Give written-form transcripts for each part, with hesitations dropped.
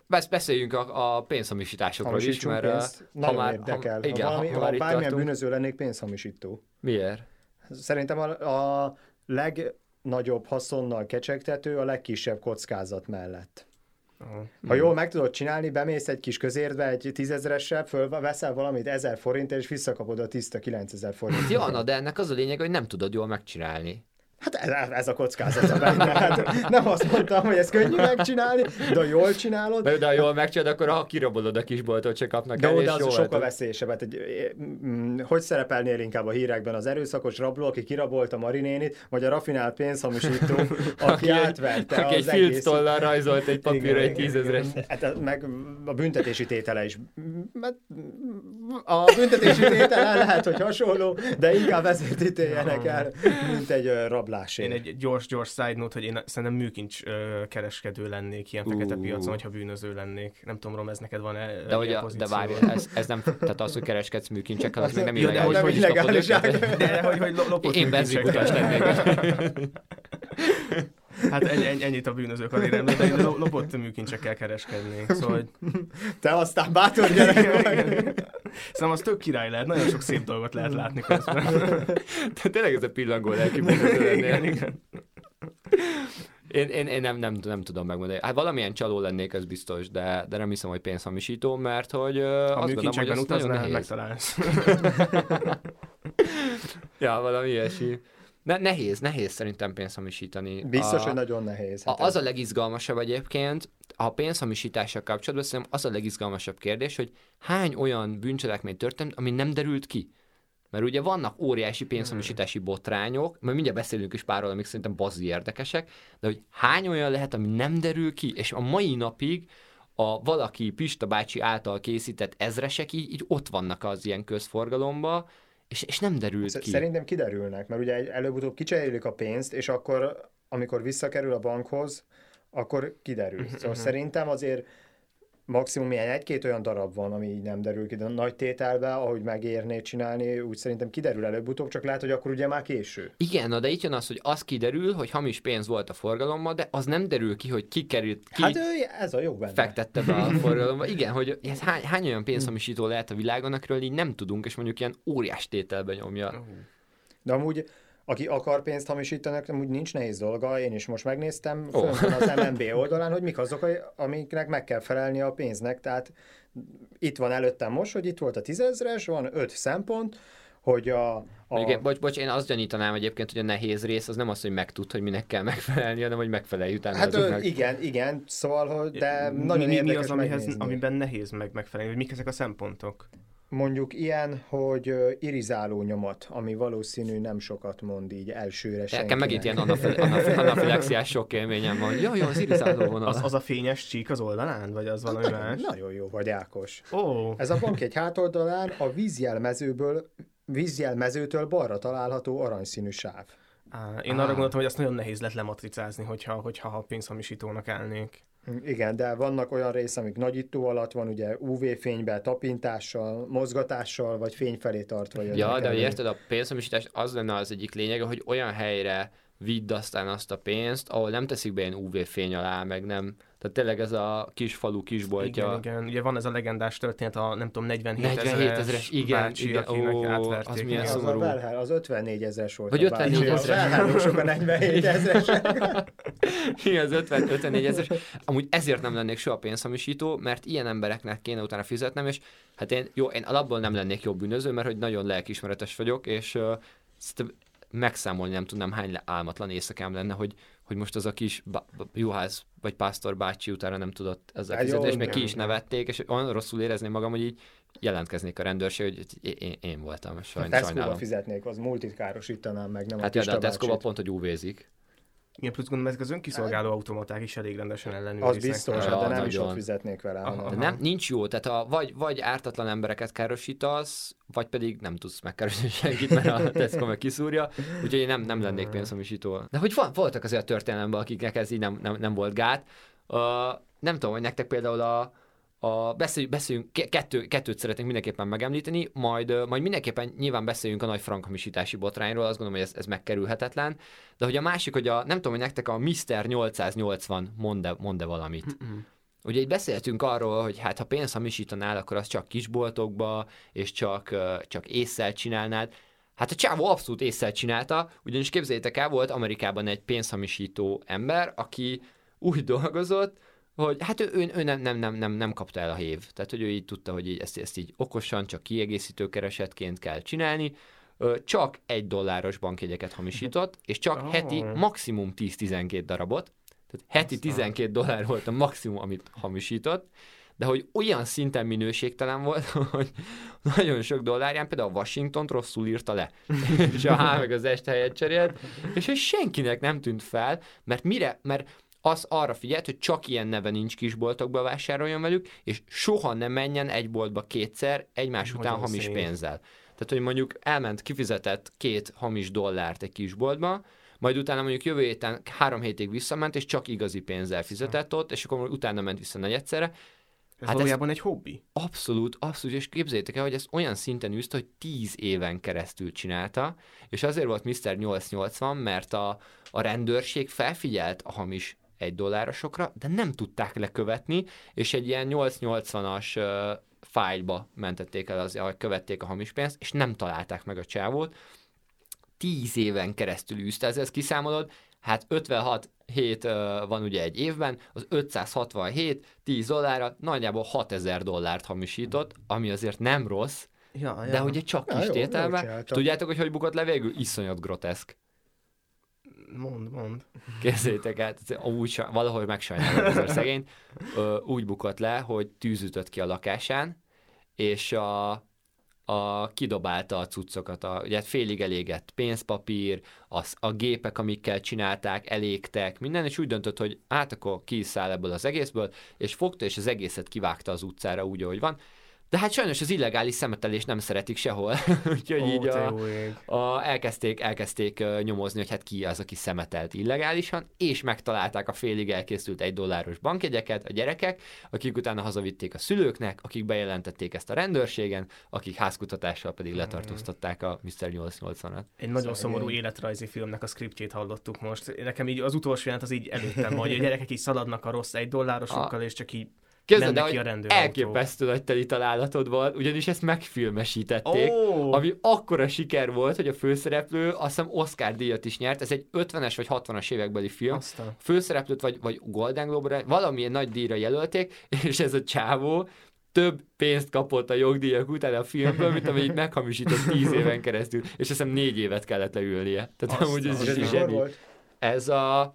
Beszéljünk a pénzhamisításokról is, mert nagyon érdekel. Ha bármilyen bűnöző lennék, pénzhamisító. Miért? Szerintem a legnagyobb haszonnal kecsegtető a legkisebb kockázat mellett. Ha jól meg tudod csinálni, bemész egy kis közértbe egy 10 000-essel, fölveszel valamit 1000 forintért, és visszakapod a tiszta 9000 forintot. Ja, de ennek az a lényeg, hogy nem tudod jól megcsinálni. Hát ez a kockázata benne. Hát nem azt mondtam, hogy ez könnyű megcsinálni, de ha jól csinálod... De ha jól megcsinálod, akkor ha kirabolod a kisboltot, se kapnak el, de az sokkal veszélyesebb. Hát, hogy szerepelnél inkább a hírekben? Az erőszakos rabló, aki kirabolta Marinénit, vagy a rafinált pénzhamisító, aki átverte aki az egy filctollal rajzolt egy papírra egy 10 000-es. Hát meg a büntetési tétele is. A büntetési tétele lehet, hogy hasonló, de inkább ezért ítéljenek el, mint egy rablásért. Én egy gyors side note, hogy én szerintem műkincs kereskedő lennék ilyen fekete piacon, hogyha bűnöző lennék. Nem tudom, Rom, ez neked van-e de várj, ez nem, tehát az, hogy kereskedsz műkincsekkel, az még nem illegális. De hogy lopott én benzinkutas lennék. Hát ennyit a bűnözők karrieremben, de én lopott műkincsekkel kereskednék. Szóval... Te aztán bátor gyerek vagy. Szerintem az tök király lehet, nagyon sok szép dolgot lehet látni közben. Tényleg ez a pillangó lelki bűnöző lennél. Igen. Én nem tudom megmondani. Hát valamilyen csaló lennék, ez biztos, de nem hiszem, hogy pénzhamisító, mert hogy azt gondolom, hogy ez nagyon nehéz. Megtalálsz. Ja, valami ilyesmi. Nehéz szerintem pénzhamisítani. Biztos, hogy nagyon nehéz. Az a legizgalmasabb egyébként, a pénzhamisítással kapcsolatban szerintem az a legizgalmasabb kérdés, hogy hány olyan bűncselekmény történt, ami nem derült ki. Mert ugye vannak óriási pénzhamisítási botrányok, majd mindjárt beszélünk is párról, amik szerintem bazi érdekesek, de hogy hány olyan lehet, ami nem derül ki, és a mai napig valaki Pista bácsi által készített ezresek így ott vannak az ilyen közforgalomba, és nem derült ki. Szerintem kiderülnek, mert ugye előbb-utóbb kicserélik a pénzt, és akkor, amikor visszakerül a bankhoz, akkor kiderül. Szóval szerintem azért maximum ilyen 1-2 olyan darab van, ami így nem derül ki, de nagy tételbe, ahogy megérné csinálni, úgy szerintem kiderül előbb-utóbb, csak lehet, hogy akkor ugye már késő. Igen, de itt jön az, hogy az kiderül, hogy hamis pénz volt a forgalomban, de az nem derül ki, hogy ki ez a jó benne. Fektette be a forgalomba. Igen, hogy ez hány olyan pénzhamisító lehet a világon, akiről így nem tudunk, és mondjuk ilyen óriás tételben nyomja. De amúgy aki akar pénzt hamisítani, amúgy nincs nehéz dolga, én is most megnéztem fönn az MNB oldalán, hogy mik azok, amiknek meg kell felelni a pénznek, tehát itt van előttem most, hogy itt volt a 10 000-es, van 5 szempont, hogy Bocs, én azt gyanítanám egyébként, hogy a nehéz rész az nem az, hogy megtud, hogy minek kell megfelelni, hanem hogy megfelelj utána hát azoknak. Igen, szóval, hogy de nagyon érdekes megnézni. Amiben nehéz megfelelni, hogy mik ezek a szempontok? Mondjuk ilyen, hogy irizáló nyomat, ami valószínű nem sokat mond így elsőre senkinek. Nekem megint ilyen anafilaxiás sok élményem van. Jó, az irizáló vonal. Az a fényes csík az oldalán? Vagy az valami más? Nagyon jó vagy, Ákos. Oh. Ez a bank egy hátoldalán a vízjelmezőtől balra található aranyszínű sáv. Én arra gondoltam, hogy azt nagyon nehéz lett lematricázni, hogyha pénzhamisítónak állnék. Igen, de vannak olyan rész, amik nagyító alatt van, ugye UV-fényben, tapintással, mozgatással, vagy fény felé tartva jönnek. Ja, de érted, a pénzhamisítás az lenne az egyik lényege, hogy olyan helyre vidd aztán azt a pénzt, ahol nem teszik be ilyen UV-fény alá, meg nem. Tehát tényleg ez a kis falu, kisboltja. Igen. Ugye van ez a legendás történet, a nem tudom, 47 000-es bácsi, akinek átverték. Az milyen szomorú. Az 54 000-es volt. Vagy 54 000-es. Az felhálósok a 47 000-esek. Igen, az 54 000-es. Amúgy ezért nem lennék soha pénzhamisító, mert ilyen embereknek kéne utána fizetnem, és hát én alapból nem lennék jobb bűnöző, mert hogy nagyon lelkiismeretes vagyok, és megszámolni nem tudnám, hány álmatlan éjszakám lenne, hogy most az a kis juhász vagy pásztor bácsi utána nem tudott ezzel fizetni, és még ki is nevették, és olyan rosszul érezném magam, hogy így jelentkeznék a rendőrség, hogy én voltam, sajnálom. Tesco-ba fizetnék, az multit károsítanám meg, nem hát a Pista Tesco-ba pont, hogy UV-zik. Igen, plusz gondolom, ezek az önkiszolgáló automaták is elég rendesen ellenőriznek. Az biztos, de nem is ott fizetnék vele. De nincs jó, tehát vagy ártatlan embereket károsítasz, vagy pedig nem tudsz megkárosítani senkit, mert a Tesco meg kiszúrja, úgyhogy én nem lennék pénzhamisító. De hogy voltak azért a történelemben, akiknek ez így nem volt gát. Nem tudom, hogy nektek például beszéljünk, kettőt szeretnénk mindenképpen megemlíteni, majd mindenképpen nyilván beszéljünk a nagy frankhamisítási botrányról, azt gondolom, hogy ez megkerülhetetlen, de hogy a másik, hogy nem tudom, hogy nektek a Mr. 880 mond-e valamit. ugye itt beszéltünk arról, hogy hát ha pénzt hamisítanál, akkor az csak kisboltokba, és csak ésszel csinálnád. Hát a csávó abszolút ésszel csinálta, ugyanis képzeljétek el, volt Amerikában egy pénzhamisító ember, aki úgy dolgozott, hogy hát ő nem kapta el a hév. Tehát, hogy ő így tudta, hogy így ezt így okosan, csak kiegészítő keresetként kell csinálni. Csak $1 bankjegyeket hamisított, és csak heti maximum 10-12 darabot. Tehát heti $12 volt a maximum, amit hamisított, de hogy olyan szinten minőségtelen volt, hogy nagyon sok dollárján például a Washingtont rosszul írta le, és a H meg az est helyet cserélt, és hogy senkinek nem tűnt fel, mert az arra figyelt, hogy csak ilyen neve nincs kisboltokba vásároljon velük, és soha ne menjen egy boltba kétszer egymás után Nagyon hamis szép. pénzzel. Tehát, hogy mondjuk kifizetett 2 hamis dollárt egy kisboltba, majd utána mondjuk jövő héten 3 hétig visszament, és csak igazi pénzzel fizetett ott, és akkor utána ment vissza negyedszerre. Ez valójában egy hobbi. Abszolút, és képzeljétek el, hogy ezt olyan szinten űzte, hogy 10 éven keresztül csinálta, és azért volt Mr. 880, mert a rendőrség felfigyelt a hamis $1-osokra, de nem tudták lekövetni, és egy ilyen 880-as fájlba mentették el, ahogy követték a hamis pénzt, és nem találták meg a csávót. 10 éven keresztül űzte, ezt kiszámolod, hát 56 hét van ugye egy évben, az 567, $10, nagyjából $6000 hamisított, ami azért nem rossz, de ugye csak kis tételben. Tudjátok, hogy bukott le végül? Iszonyat groteszk. Mond. Képzeljétek el, valahogy megsajnálod azért szegényt. Úgy bukott le, hogy tűz ütött ki a lakásán, és kidobálta a cuccokat, ugye félig elégett pénzpapír, a gépek, amikkel csinálták, elégtek, minden, és úgy döntött, hogy akkor ki is száll ebből az egészből, és fogta, és az egészet kivágta az utcára úgy, ahogy van. De hát sajnos az illegális szemetelést nem szeretik sehol, úgyhogy így elkezdték nyomozni, hogy hát ki az, aki szemetelt illegálisan, és megtalálták a félig elkészült $1 bankjegyeket a gyerekek, akik utána hazavitték a szülőknek, akik bejelentették ezt a rendőrségen, akik házkutatással pedig letartóztatták a Mr. 880-at. Egy nagyon szomorú életrajzi filmnek a szkriptjét hallottuk most. Nekem így az utolsó jelent az így előttem, hogy a gyerekek így szaladnak a rossz $1-osokkal, és csak így Képzeld, hogy elképesztő nagy teli találatod volt, ugyanis ezt megfilmesítették, ami akkora siker volt, hogy a főszereplő azt hiszem Oscar díjat is nyert, ez egy 50-es vagy 60-as évekbeli film. Aztán. Főszereplőt vagy Golden Globe-ra, valamilyen nagy díjra jelölték, és ez a csávó több pénzt kapott a jogdíjak után a filmből, mint amit meghamisított 10 éven keresztül, és azt hiszem 4 évet kellett leülnie. Tehát amúgy ez is zseni. Ez a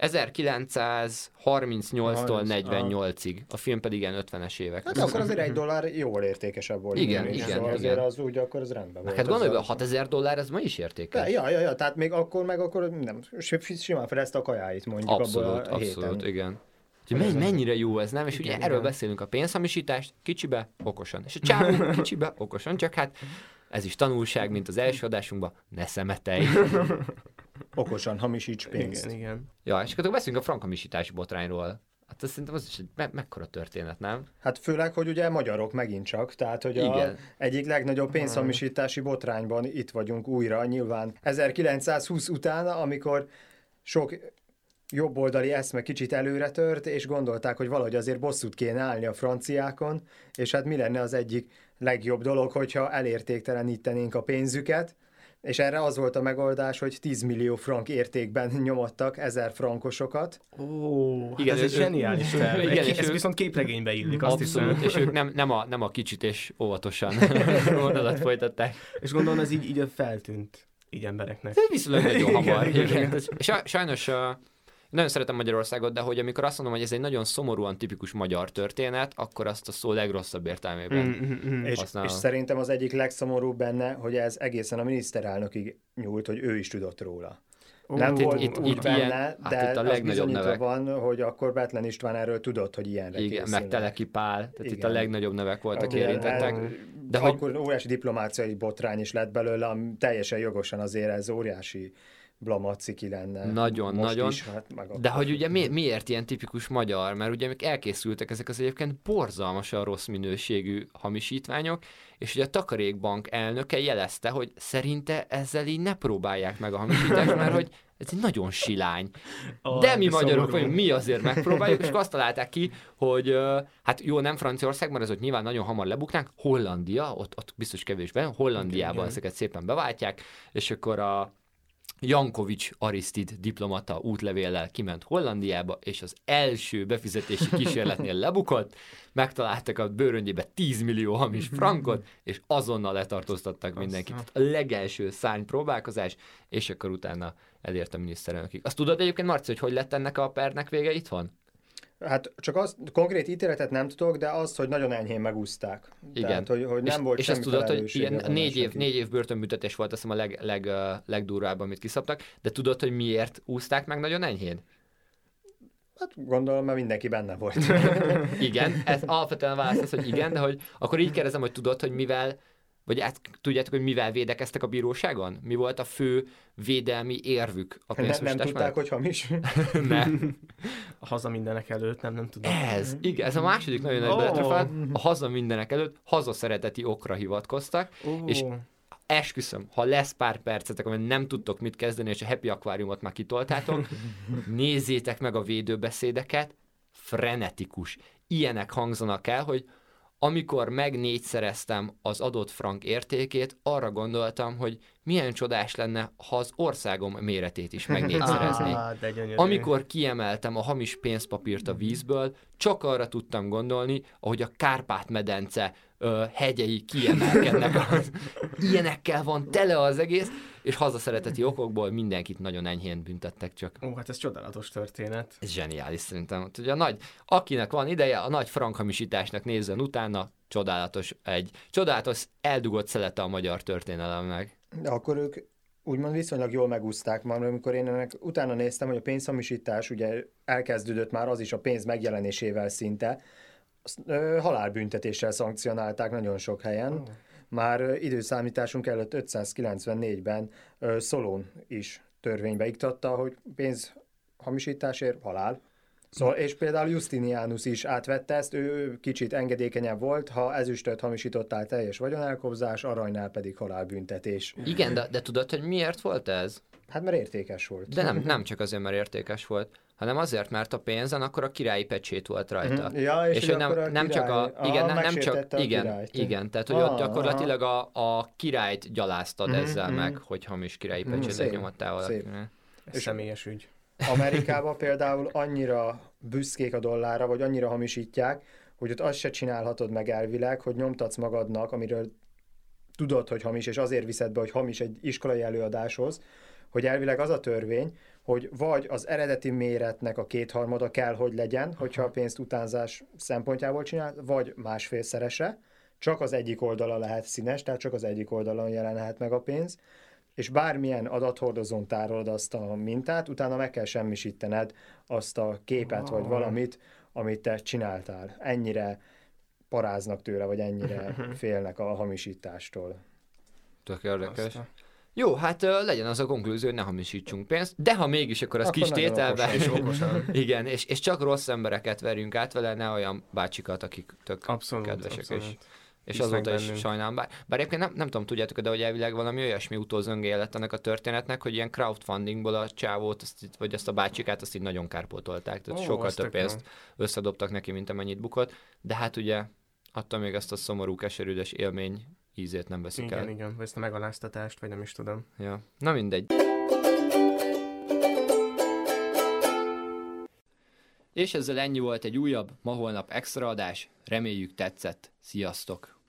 1938-tól 48-ig. A film pedig ilyen 50-es évek. Hát akkor azért $1 jóval értékesebb volt. Igen. Azért az úgy, akkor az rendben volt. Hát gondolj, a $6000 ez ma is értékes. Ja, tehát még akkor nem, simán felezte a kajáit mondjuk abszolút, igen. Úgyhogy mennyire jó ez, nem? És ugye erről beszélünk, a pénzhamisítást kicsibe, okosan. És a csávó kicsibe, okosan, csak hát ez is tanulság, mint az első adásunkban, ne szemetelj. Okosan hamisíts pénzt. Igen. Ja, és akkor beszélünk a frankhamisítási botrányról. Hát szerintem az is egy mekkora történet, nem? Hát főleg, hogy ugye magyarok megint csak, tehát hogy egyik legnagyobb pénzhamisítási botrányban itt vagyunk újra, nyilván 1920 után, amikor sok jobboldali eszme kicsit előre tört, és gondolták, hogy valahogy azért bosszút kéne állni a franciákon, és hát mi lenne az egyik legjobb dolog, hogyha elértéktelenítenénk a pénzüket, és erre az volt a megoldás, hogy 10 millió frank értékben nyomadtak 1000 frankosokat. Igen, ez egy zseniális terv. Ez viszont képregénybe illik, azt abszolút, hiszem. És ők nem a kicsit és óvatosan vonalat folytatták. És gondolom ez így feltűnt így embereknek. Ez viszonylag nagyon hamar. Igen. És sajnos nagyon szeretem Magyarországot, de hogy amikor azt mondom, hogy ez egy nagyon szomorúan tipikus magyar történet, akkor azt a szó legrosszabb értelmében és szerintem az egyik legszomorúbb benne, hogy ez egészen a miniszterelnökig nyúlt, hogy ő is tudott róla. Nem volt itt benne, de itt a legnagyobb nevek van, hogy akkor Bethlen István erről tudott, hogy ilyenre készülnek. Igen, meg Teleki Pál, tehát igen. Itt a legnagyobb nevek voltak érintettek. De akkor óriási diplomáciai botrány is lett belőle, teljesen jogosan azért ez óriási blamaciki lenne. Nagyon. Hát de hogy ugye miért ilyen tipikus magyar? Mert ugye még elkészültek ezek az egyébként borzalmasan rossz minőségű hamisítványok, és ugye a Takarékbank elnöke jelezte, hogy szerinte ezzel így ne próbálják meg a hamisítást, mert hogy ez egy nagyon silány. De mi magyarok vagyunk, mi azért megpróbáljuk, és azt találták ki, hogy hát jó, nem Franciaországban, ez ott nyilván nagyon hamar lebuknánk, Hollandia, ott biztos kevésben, Hollandiában ezeket szépen beváltják, és akkor a Jankovics Aristid diplomata útlevéllel kiment Hollandiába, és az első befizetési kísérletnél lebukott, megtaláltak a bőröngyébe 10 millió hamis frankot, és azonnal letartóztattak mindenkit. A legelső szárnypróbálkozás, és akkor utána elért a miniszterelnökig. Azt tudod egyébként, Marci, hogy lett ennek a pernek vége itthon? Hát csak azt, konkrét ítéletet nem tudok, de azt, hogy nagyon enyhén megúszták. Igen. Tehát, hogy nem volt és semmi azt tudod, hogy ilyen 4 év börtönbüntetés volt, azt hiszem a legdurvább, amit kiszabtak, de tudod, hogy miért úszták meg nagyon enyhén? Hát gondolom, mert mindenki benne volt. Igen, ez alapvetően válasz az, hogy igen, de hogy akkor így kérdezem, hogy tudod, hogy mivel, vagy tudjátok, hogy mivel védekeztek a bíróságon? Mi volt a fő védelmi érvük a pénzmosítás? Nem tudták, hogy hamis? Nem. A haza mindenek előtt, nem tudom. Igen, ez a második nagyon nagy beletrafált. A haza mindenek előtt hazaszereteti okra hivatkoztak, és esküszöm, ha lesz pár percetek, amely nem tudtok mit kezdeni, és a Happy Aquariumot már kitoltátok, nézzétek meg a védőbeszédeket, frenetikus. Ilyenek hangzanak el, hogy amikor megnégyszereztem az adott frank értékét, arra gondoltam, hogy milyen csodás lenne, ha az országom méretét is megnégyszereznék. Amikor kiemeltem a hamis pénzpapírt a vízből, csak arra tudtam gondolni, ahogy a Kárpát-medence hegyei kiemelkednek. Ilyenekkel van tele az egész, és hazaszereteti okokból mindenkit nagyon enyhén büntettek csak. Hát ez csodálatos történet. Ez zseniális szerintem. Ugye akinek van ideje, a nagy frankhamisításnak nézzen utána, csodálatos eldugott szelete a magyar történelemnek. De akkor ők úgymond viszonylag jól megúszták már, amikor én ennek utána néztem, hogy a pénzhamisítás ugye elkezdődött már az is a pénz megjelenésével szinte, halálbüntetéssel szankcionálták nagyon sok helyen. Már időszámításunk előtt 594-ben Szolón is törvénybe iktatta, hogy pénzhamisításért halál. Szóval, és például Justinianus is átvette ezt, ő kicsit engedékenyebb volt, ha ezüstöt hamisítottál, teljes vagyonelkobzás, aranynál pedig halálbüntetés. Igen, de tudod, hogy miért volt ez? Hát mert értékes volt. De nem csak azért, mert értékes volt, hanem azért, mert a pénzen akkor a királyi pecsét volt rajta. Ja, és hogy nem csak igen, tehát hogy ott gyakorlatilag a királyt gyaláztad ezzel meg, hogy hamis királyi pecsétet nyomottál valakinek. Ez személyes ügy. Amerikában például annyira büszkék a dollárra, vagy annyira hamisítják, hogy ott azt se csinálhatod meg elvileg, hogy nyomtatsz magadnak, amiről tudod, hogy hamis, és azért viszed be, hogy hamis egy iskolai előadáshoz, hogy elvileg az a törvény, hogy vagy az eredeti méretnek a 2/3 kell, hogy legyen, hogyha a pénzt utánzás szempontjából csinál, vagy másfélszerese, csak az egyik oldala lehet színes, tehát csak az egyik oldalon jelenhet meg a pénz, és bármilyen adathordozón tárolod azt a mintát, utána meg kell semmisítened azt a képet, vagy valamit, amit te csináltál. Ennyire paráznak tőle, vagy ennyire félnek a hamisítástól. Tök érdekes. Jó, hát legyen az a konklúzió, hogy ne hamisítsunk pénzt, de ha mégis, akkor az kis tételben. És okosan. Igen, és csak rossz embereket verjünk át vele, ne olyan bácsikat, akik tök kedvesek. Abszolút. És azóta is sajnálom. Bár egyébként nem tudom, tudjátok, de hogy elvileg valami olyasmi utózöngéje lett ennek a történetnek, hogy ilyen crowdfundingból a csávót, vagy ezt a bácsikát, azt így nagyon kárpótolták. Tehát sokkal több pénzt összedobtak neki, mint amennyit bukott. De hát ugye attól még ezt a szomorú, keserűdes élmény ízét nem veszik el. Igen, vagy ezt a megaláztatást, vagy nem is tudom. Ja, na mindegy. És ezzel ennyi volt egy újabb, ma holnap extra adás. Reméljük tetszett. Sziasztok!